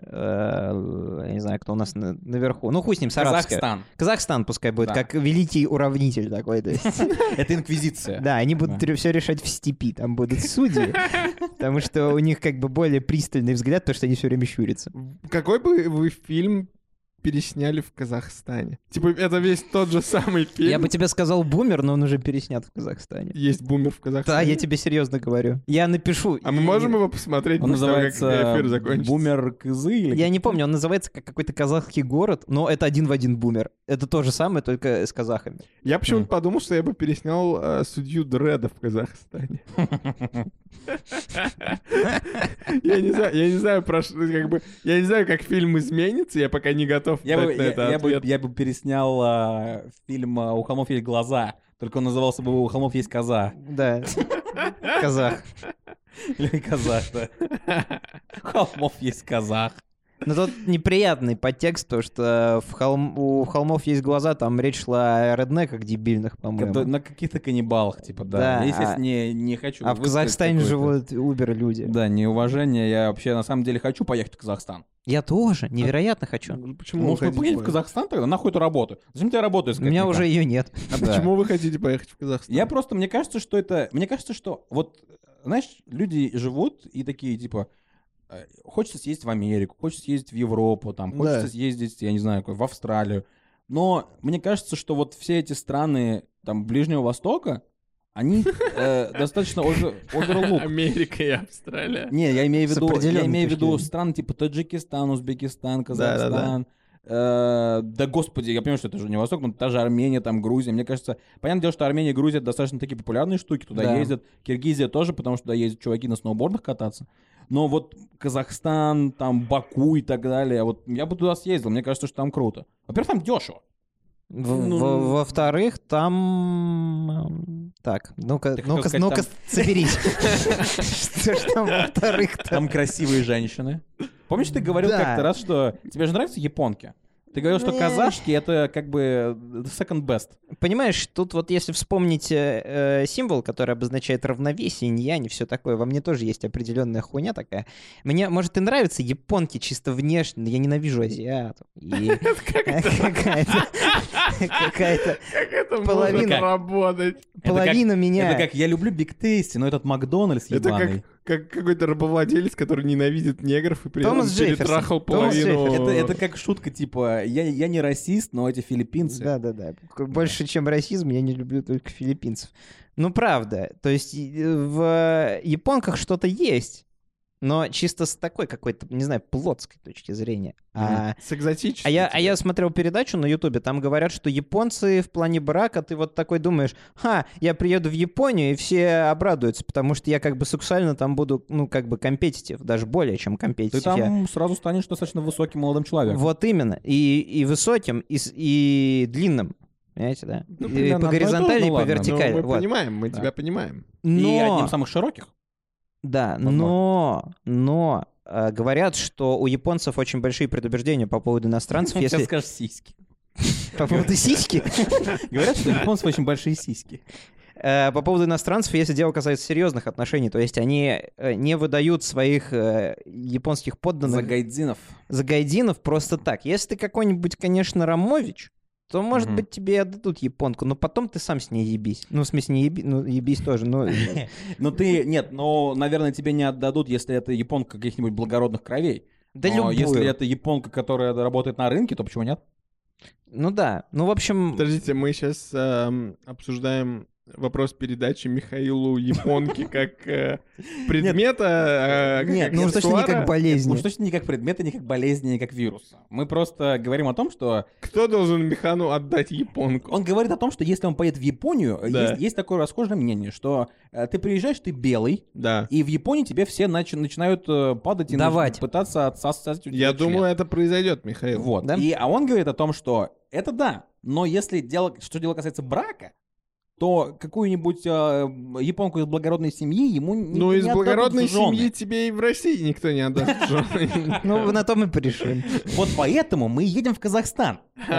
Э, Я не знаю, кто у нас на- наверху. Ну, хуй с ним, Саратовская. Казахстан. Казахстан пускай будет, Да. как великий уравнитель такой. то есть. Это инквизиция. Да, они будут все решать в степи, там будут судьи, потому что у них как бы более пристальный взгляд, то, что они все время щурятся. Какой бы вы фильм пересняли в Казахстане? Типа, это весь тот же самый фильм. Я бы тебе сказал «Бумер», но он уже переснят в Казахстане. Есть бумер в Казахстане. Да, я тебе серьезно говорю. Я напишу. А мы можем его посмотреть Он после того, как называется эфир закончится? Бумер Кызы или Я не помню, он называется как какой-то казахский город, но это один в один «Бумер». Это то же самое, только с казахами. Я почему-то подумал, что я бы переснял э, судью Дредда в Казахстане. Я не знаю, я не знаю, про что, как бы, я не знаю, как фильм изменится, я пока не готов Я дать бы, на я, это я бы, ответ. я бы переснял а, фильм а, «У холмов есть глаза», только он назывался бы «У холмов есть коза». Да, казах. Или казах, да. «У холмов есть казах». Но тут неприятный подтекст, то что в холм... у холмов есть глаза, там речь шла о реднеках дебильных, Кото- по-моему. На каких-то каннибалах, типа, да. Да, Я, естественно, а- не, не хочу А в высказать Казахстане какое-то- живут убер-люди. Да, неуважение. Я вообще, на самом деле, хочу поехать в Казахстан. Я тоже, невероятно хочу. Почему Может, вы мы хотите поедем в поехать? Казахстан тогда? Нахуй эту работу? Зачем тебе работу У искать? меня никак? уже ее нет. А Да. почему вы хотите поехать в Казахстан? Я просто, мне кажется, что это... Мне кажется, что вот, знаешь, люди живут и такие, типа, э, хочется съездить в Америку, хочется съездить в Европу, там, хочется Да. съездить, я не знаю, в Австралию. Но мне кажется, что вот все эти страны, там, Ближнего Востока, они э, достаточно over- overlooked. Америка и Австралия. Не, я имею в С виду, я определенной имею в точки виду зрения. страны типа Таджикистан, Узбекистан, Да-да-да. Казахстан. Э, Да, господи, я понимаю, что это же не Восток, но та же Армения, там Грузия. Мне кажется, понятное дело, что Армения и Грузия достаточно такие популярные штуки, туда Да. ездят. Киргизия тоже, потому что туда ездят чуваки на сноубордах кататься. Но вот Казахстан, там Баку и так далее, вот я бы туда съездил, мне кажется, что там круто. Во-первых, там дешево. В- Ну, во- Во-вторых, там... эм, Так, ну-ка, Ты хотел ну-ка, сказать, ну-ка, там- соберись. Что ж там во-вторых-то? Там красивые женщины. Помнишь, ты говорил Да. как-то раз, что тебе же нравятся японки? Ты говорил, что Не. казашки — это как бы second best. Понимаешь, тут вот если вспомнить э, э, символ, который обозначает равновесие, инь-янь и все такое, во мне тоже есть определенная хуйня такая. Мне, может, и нравятся японки чисто внешне, но я ненавижу азиатов. И какая-то... Какая-то Как это Половина- может работать? половина меня... Это как я люблю Биг Тейсти, но этот Макдональдс Это ебаный. как, как какой-то рабовладелец, который ненавидит негров и при этом Томас Джефферсон. перетрахал Томас половину... Это, это как шутка, типа, я, я не расист, но эти филиппинцы. Да-да-да. Больше, чем расизм, я не люблю только филиппинцев. Ну, правда. То есть э, в японках что-то есть, но чисто с такой какой-то, не знаю, плотской точки зрения. А, С экзотическим. а я, а я смотрел передачу на Ютубе, там говорят, что японцы в плане брака, ты вот такой думаешь, ха, я приеду в Японию, и все обрадуются, потому что я как бы сексуально там буду, ну, как бы компетитив, даже более, чем Ты компетитив. Я- там сразу станешь достаточно высоким молодым человеком. Вот именно. И, и высоким, и, с- и длинным. Понимаете, да? Ну, и примерно по одно и то же, горизонтали, ну и по ладно. Ну, вертикали. мы вот. понимаем, мы Да. тебя понимаем. Но, И одним из самых широких. да, Возможно. но, но э, говорят, что у японцев очень большие предубеждения по поводу иностранцев, Сейчас если скажешь сиськи. по поводу сиськи, Говорят, что у японцев очень большие сиськи. Э, по поводу иностранцев, если дело касается серьезных отношений, то есть они э, не выдают своих э, японских подданных За гайдзинов. за гайдинов просто так. Если ты какой-нибудь, конечно, Рамович, то, может Мгм. быть, тебе и отдадут японку, но потом ты сам с ней ебись. Ну, в смысле, не еби... ну, ебись тоже, но... Ну ты, нет, но, наверное, тебе не отдадут, если это японка каких-нибудь благородных кровей. Да Но любую. если это японка, которая работает на рынке, то почему нет? Ну да, ну, в общем... Подождите, мы сейчас обсуждаем вопрос передачи Михаилу японки как э, предмета, э, Нет, как Ну, уж точно не аксессуара. как болезнь. Уж точно не как предмета, не как болезни, не как вируса. Мы просто говорим о том, что... Кто должен Михану отдать японку? Он говорит о том, что если он поедет в Японию, Да. есть, есть такое расхожее мнение, что э, ты приезжаешь, ты белый, Да. и в Японии тебе все начи- начинают э, падать и Давать. нач- пытаться отсосать у тебя Я член. думаю, это произойдет, Михаил. Вот. Да? И, а он говорит о том, что это да, но если дело, что дело касается брака, то какую-нибудь э, японку из благородной семьи ему не Ну, не из отдадут благородной в жены. семьи тебе и в России никто не отдаст в жены. Ну, на том и порешим. Вот поэтому мы едем в Казахстан.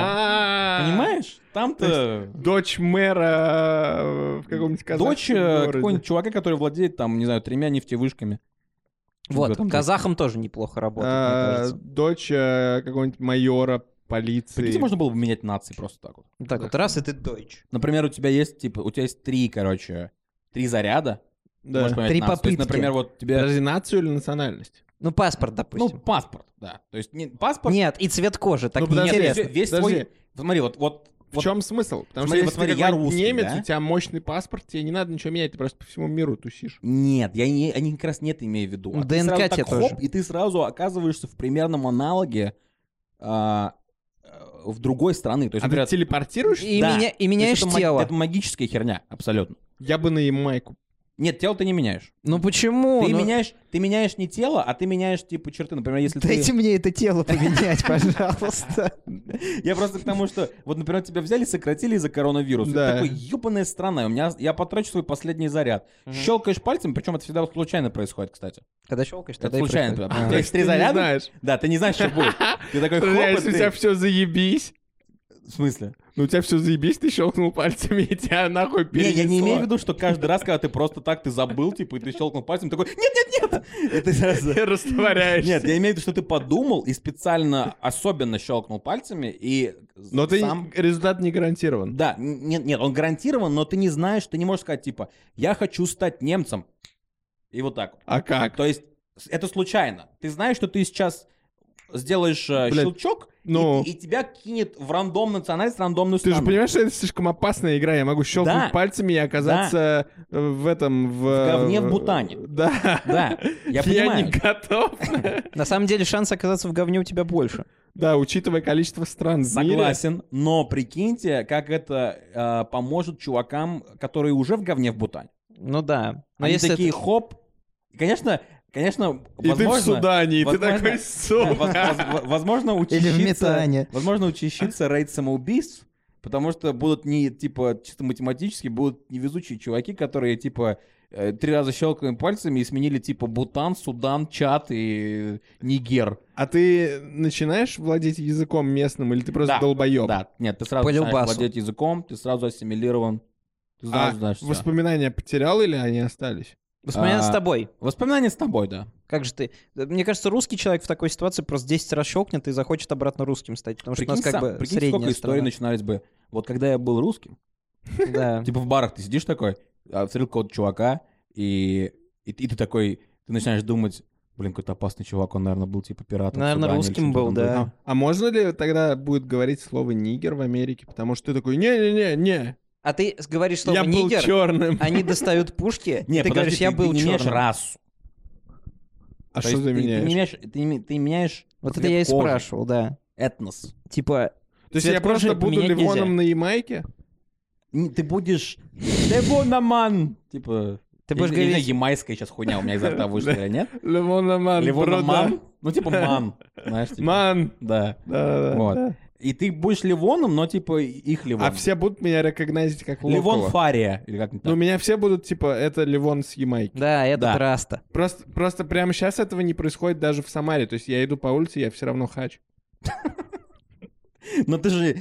А, Понимаешь? Там-то Дочь мэра э, в каком-нибудь казахском дочь э, городе. какого-нибудь чувака, который владеет там, не знаю, тремя нефтевышками. В Вот, этом казахам тоже неплохо работает, мне А, кажется. Дочь э, какого-нибудь майора полиции. Прикиньте, можно было бы менять нации просто так вот. Вот так вот, раз, и ты дойч. Например, у тебя есть, типа, у тебя есть три, короче, три заряда. Ты Да. можешь поменять Три нацию. То есть, попытки. например, вот тебе... Подожди, нацию или национальность? Ну, паспорт, Ну, допустим. паспорт, да. То есть не, паспорт... Нет, и цвет кожи, так Ну, подожди, неинтересно. весь, весь подожди. твой... Смотри, вот... вот В вот чем смысл? Потому смотри, что вот если смотри, ты я какой-нибудь русский, немец, да? у тебя мощный паспорт, тебе не надо ничего менять, ты просто по всему миру тусишь. Нет, я не, они как раз не это имею в виду. А ты ДНК сразу тебе так хоп, тоже. и ты сразу оказываешься в примерном аналоге а, э, в другой страны. То есть, А ты например, телепортируешься? И, да. меня, и то есть меняешь это, ма- тело. это магическая херня, абсолютно. Я бы на Ямайку. Нет, тело ты не меняешь. Ну почему? Ты Ну, меняешь, ты меняешь не тело, а ты меняешь типа черты. Например, если ты... Дайте мне это тело поменять, пожалуйста. Я просто к тому, что вот, например, тебя взяли, сократили из-за коронавируса. Да. Это такой ебаная страна. У меня я потрачу свой последний заряд. Щелкаешь пальцем, причем это всегда случайно происходит, кстати. Когда щелкаешь, Это тогда и случайно. происходит. У А. тебя есть три Ты не заряда. знаешь. Да, ты не знаешь, что будет. Ты такой хоп, и Если у тебя ты... все заебись, В смысле? ну у тебя все заебись, ты щелкнул пальцами, и тебя нахуй Не, перенесло. я не имею в виду, что каждый раз, когда ты просто так, ты забыл, типа, и ты щелкнул пальцем, такой, нет-нет-нет! И ты сразу- Ты растворяешься. Нет, я имею в виду, что ты подумал и специально особенно щелкнул пальцами, и Но ты сам... результат не гарантирован. Да, н- нет, нет, он гарантирован, но ты не знаешь, ты не можешь сказать, типа, я хочу стать немцем. И вот так вот. А как? То есть с- это случайно. Ты знаешь, что ты сейчас сделаешь э, Блядь, щелчок, и- ну. и, тебя кинет в рандомную национальность, в рандомную Ты же страну. понимаешь, что это слишком опасная игра. Я могу щелкнуть Да. пальцами и оказаться э, в этом... В, В говне в э, Бутане. Да. Да, я Я понимаю. не готов. На самом деле шанс оказаться в говне у тебя больше. Да, учитывая количество стран в мире. Согласен, но прикиньте, как это э, поможет чувакам, которые уже в говне в Бутане. Ну да. Но Они если такие, это- хоп. Конечно, конечно, И ты в возможно... Судане, и ты возможно- такой, да, сука. воз- воз- Возможно, Или в учащиться... метане. Возможно, учащиться рейд самоубийств, потому что будут не, типа, чисто математически, будут невезучие чуваки, которые, типа, э, три раза щелкаем пальцами и сменили типа Бутан, Судан, Чад и Нигер. А ты начинаешь владеть языком местным, или ты просто Да, долбоеб? Да, нет, ты сразу По начинаешь любасу. владеть языком, ты сразу ассимилирован. Ты А сразу знаешь всё. воспоминания потерял или они остались? Воспоминания А, с тобой. Воспоминания с тобой, да. Как же ты? Мне кажется, русский человек в такой ситуации просто десять раз щелкнет и захочет обратно русским стать, потому что Прикинь, у нас как сам- бы прикинь, сколько средняя историй страна. начинались бы. Вот когда я был русским, Да. типа в барах ты сидишь такой, а, встретил какого-то чувака, и, и, и ты такой, ты начинаешь думать, блин, какой-то опасный чувак, он, наверное, был типа пиратом. в Наверное, Судане или русским чем-то был, там да. был. А можно ли тогда будет говорить слово «нигер» в Америке? Потому что ты такой, не-не-не-не, А ты говоришь слово я был «нигер», черным. они достают пушки, Не, и ты подожди, говоришь, я ты, был ты не меняешь черным. расу. А То что есть ты ты, ты меняешь? не меняешь? Ты, ме- ты меняешь Вот это цвет я и кожи, спрашивал, да. этнос. Типа, То есть цвет я просто кожи буду поменять Ливоном нельзя. на Ямайке? Н- Ты будешь... Левономан! Типа... ты я будешь не- я не знаю, говорить... ямайская сейчас хуйня у меня изо рта вышла или нет? Ливономан, Ливономан? Ну, типа ман. Знаешь, типа. Ман. Да. Да-да-да. Вот. да. И ты будешь Ливоном, но типа их Ливон. А все будут меня рекогнозить как Ливон локового. Фария. Или как-нибудь Ну, так. меня все будут, типа, это Ливон с Ямайки. Да, это Да. Раста. Просто, просто прямо сейчас этого не происходит даже в Самаре. То есть я иду по улице, я все равно хач. Но ты же...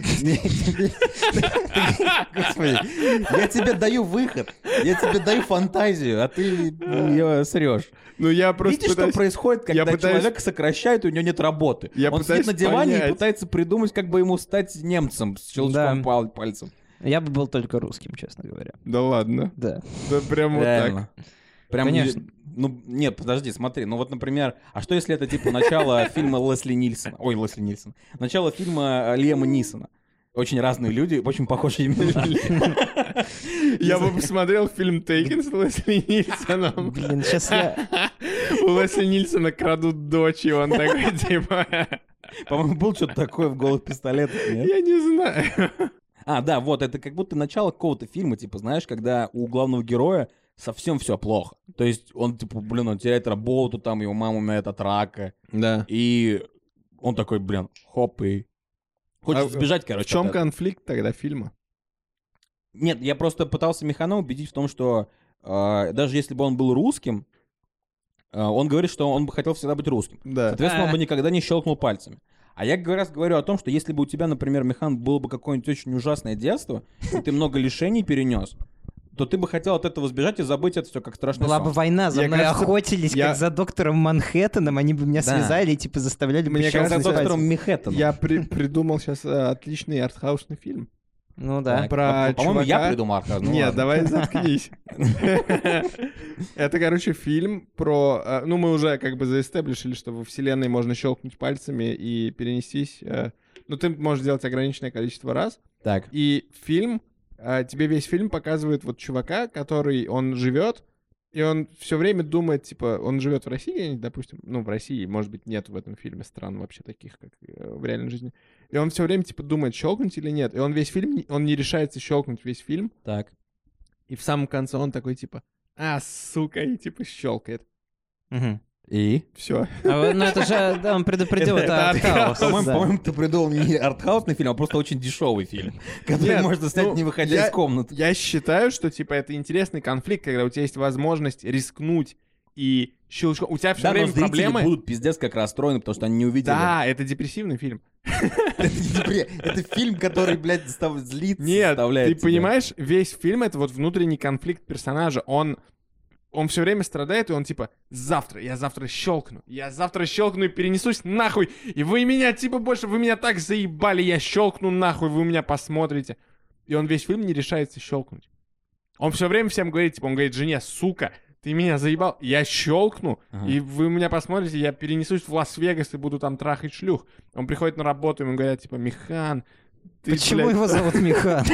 Господи, я тебе даю выход. Я тебе даю фантазию, а ты ее срешь. Ну, я просто Видишь, пытаюсь... что происходит, когда я пытаюсь- человека сокращают, и у него нет работы? Я Он пытаюсь сидит на диване понять. и пытается придумать, как бы ему стать немцем с щелчком Да. пал- пальцем. Я бы был только русским, честно говоря. Да ладно. Да. Да прям вот так. Реально. Прям Конечно. не- Ну, нет, подожди, смотри. Ну вот, например, а что если это типа начало фильма Лесли Нильсона? Ой, Лесли Нильсона. Начало фильма э, Лиама Нисона. Очень разные люди, очень похожие имена. Я бы посмотрел фильм «Тейкен» с Лесли Нильсоном. Блин, сейчас я... У Лесли Нильсона крадут дочь, и он такой, типа... По-моему, был что-то такое в «Голых пистолетах», нет? Я не знаю. А, да, вот, это как будто начало какого-то фильма, типа, знаешь, когда у главного героя совсем все плохо. То есть он, типа, блин, он теряет работу, там, его мама умирает от рака. Да. И он такой, блин, хоп, и... Хочет А сбежать, В короче. чем от этого. конфликт тогда фильма? Нет, я просто пытался Михана убедить в том, что э, даже если бы он был русским, э, он говорит, что он бы хотел всегда быть русским. Да. Соответственно, он А. бы никогда не щелкнул пальцами. А я как раз говорю о том, что если бы у тебя, например, Михан, было бы какое-нибудь очень ужасное детство, и ты много лишений перенес, то ты бы хотел от этого сбежать и забыть это все как страшный Была сон. бы война, за Я, мной кажется, охотились, я- как за доктором Манхэттеном, они бы меня Да. связали и типа заставляли бы Мне Как щелкать за кажется, доктором пальцем. Михеттоном. Я при- придумал сейчас отличный артхаусный фильм. Ну да. Так, про а, По-моему, я чувака- придумал Аркаш. Ну, Нет, ладно. давай заткнись. Это, короче, фильм про... э, Ну, мы уже как бы заэстеблишили, что во вселенной можно щелкнуть пальцами и перенестись. э, Ну, ты можешь делать ограниченное количество раз. Так. И фильм... э, Тебе весь фильм показывает вот чувака, который... Он живет, и он все время думает, типа... Он живет в России, где-нибудь, допустим. Ну, в России, может быть, нет в этом фильме стран вообще таких, как э, в реальной жизни. И он все время, типа, думает, щелкнуть или нет. И он весь фильм... не- Он не решается щелкнуть весь фильм. Так. И в самом конце он такой, типа, а, сука, и типа щелкает. Мгм. И? Все. А вы- Ну это же, да, он предупредил, Это- это это артхаус. По-моему, да. по-моему, ты придумал не артхаусный фильм, а просто очень дешевый фильм, который Нет, можно снять, ну, не выходя я- из комнаты. Я считаю, что, типа, это интересный конфликт, когда у тебя есть возможность рискнуть и щелчком... У тебя все Да, но время зрители проблемы... будут пиздец как расстроены, потому что они не увидели. Да, это депрессивный фильм. Это не бред. Это фильм, который, блядь, застав- злит, Нет, заставляет ты тебя. понимаешь, весь фильм — это вот внутренний конфликт персонажа. Он... Он все время страдает, и он типа, завтра, я завтра щелкну, я завтра щелкну и перенесусь нахуй, и вы меня, типа, больше, вы меня так заебали, я щелкну нахуй, вы меня посмотрите. И он весь фильм не решается щелкнуть. Он все время всем говорит, типа, он говорит жене, сука, ты меня заебал, я щелкну, Ага. и вы меня посмотрите, я перенесусь в Лас-Вегас и буду там трахать шлюх. Он приходит на работу, ему говорят, типа, Михан, ты, Почему блядь, его зовут Михан?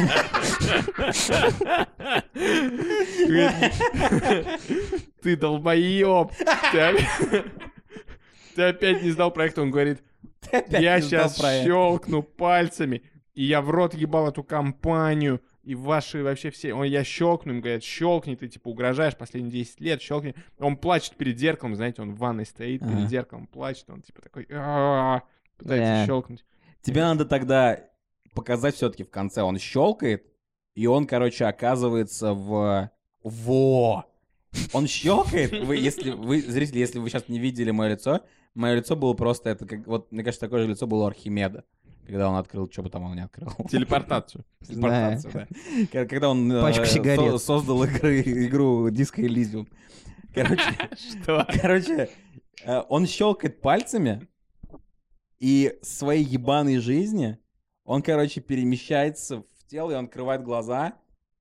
ты долбоеб, ты опять- ты опять не сдал проект, он говорит, Опять я не сдал сейчас проект. щелкну пальцами, и я в рот ебал эту компанию, и ваши вообще все... Он, я щелкну, им говорят, щелкни, ты типа угрожаешь последние десять лет, щелкни. Он плачет перед зеркалом, знаете, он в ванной стоит Ага. перед зеркалом, плачет, он типа такой... «А-а-а», пытается Да. щелкнуть. Тебе надо тогда показать все-таки в конце. Он щелкает, и он, короче, оказывается в... Во! Он щелкает. Вы, если вы, зрители, если вы сейчас не видели мое лицо, мое лицо было просто это, как, вот, мне кажется, такое же лицо было у Архимеда, когда он открыл, что бы там он не открыл. Телепортацию. Телепортацию, да. К- Когда он э, Пачку со- сигарет. создал игры- игру Disco Elysium. Короче, Что? короче, э, он щелкает пальцами, и в своей ебаной жизни он, короче, перемещается в тело, и он открывает глаза,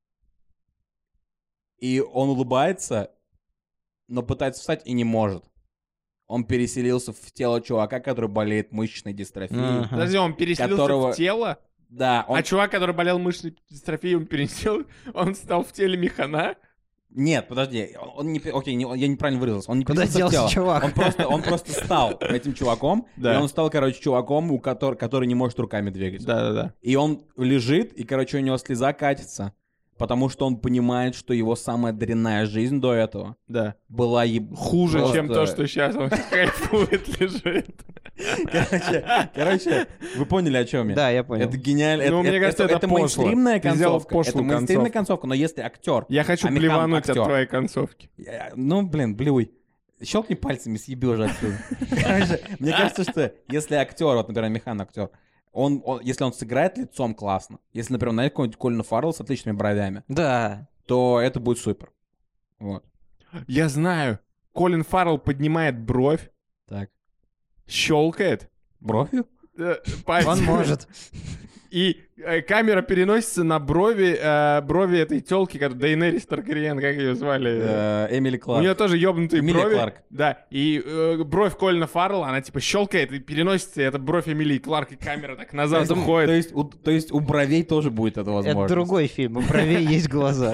и он улыбается, но пытается встать и не может. Он переселился в тело чувака, который болеет мышечной дистрофией. Ага. Подожди, он переселился Которого- в тело? Да, он... А чувак, который болел мышечной дистрофией, он пересел, он стал в теле механа? Нет, подожди, он, он не... пе- Окей, не- я неправильно выразился. Он не Куда переселился в делся тело. чувак? Он просто, он просто стал этим чуваком, Да. и он стал, короче, чуваком, у котор- который не может руками двигать. Да-да-да. И он лежит, и, короче, у него слеза катится, потому что он понимает, что его самая дрянная жизнь до этого Да. была еб... Хуже, просто- чем то, что сейчас он кайфует, лежит. Короче, короче, вы поняли, о чем я? Да, я понял. Это гениально. Ну, это, мне кажется, это пошло. мейнстримная Ты сделал концовка. Это пошлую мейнстримная концовку. концовка, но если актер... Я хочу а Михан плевануть от актер. твоей концовки. Я- Ну, блин, блюй. Щелкни пальцами, съеби уже отсюда. Короче, мне кажется, что если актер, вот, например, Михан актер, он, он, если он сыграет лицом классно, если, например, найдет какого-нибудь Колина Фаррелла с отличными бровями, Да. то это будет супер. Вот. Я знаю. Колин Фаррелл поднимает бровь, Так. щелкает. Бровью? э, пальцем. Он может. И э, камера переносится на брови, э, брови этой телки, как Дейнерис Таргариен, как ее звали? Э, Эмили У Кларк. нее тоже ебнутые Эмилия брови. Кларк. Да, и э, бровь Колина Фаррелла, она типа щелкает и переносится, и это бровь Эмилии Кларк, и камера так назад Поэтому- уходит. То есть, у, то есть у бровей тоже будет это возможно. Это другой фильм. У бровей есть глаза.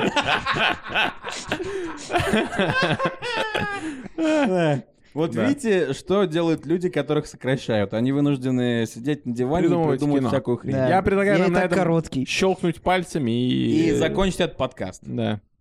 Да. Вот Да. видите, что делают люди, которых сокращают. Они вынуждены сидеть на диване и Придумывать придумывать кино. всякую хрень. Да. Я предлагаю Я нам и на так этом короткий. щелкнуть пальцами и... И закончить этот подкаст. Да.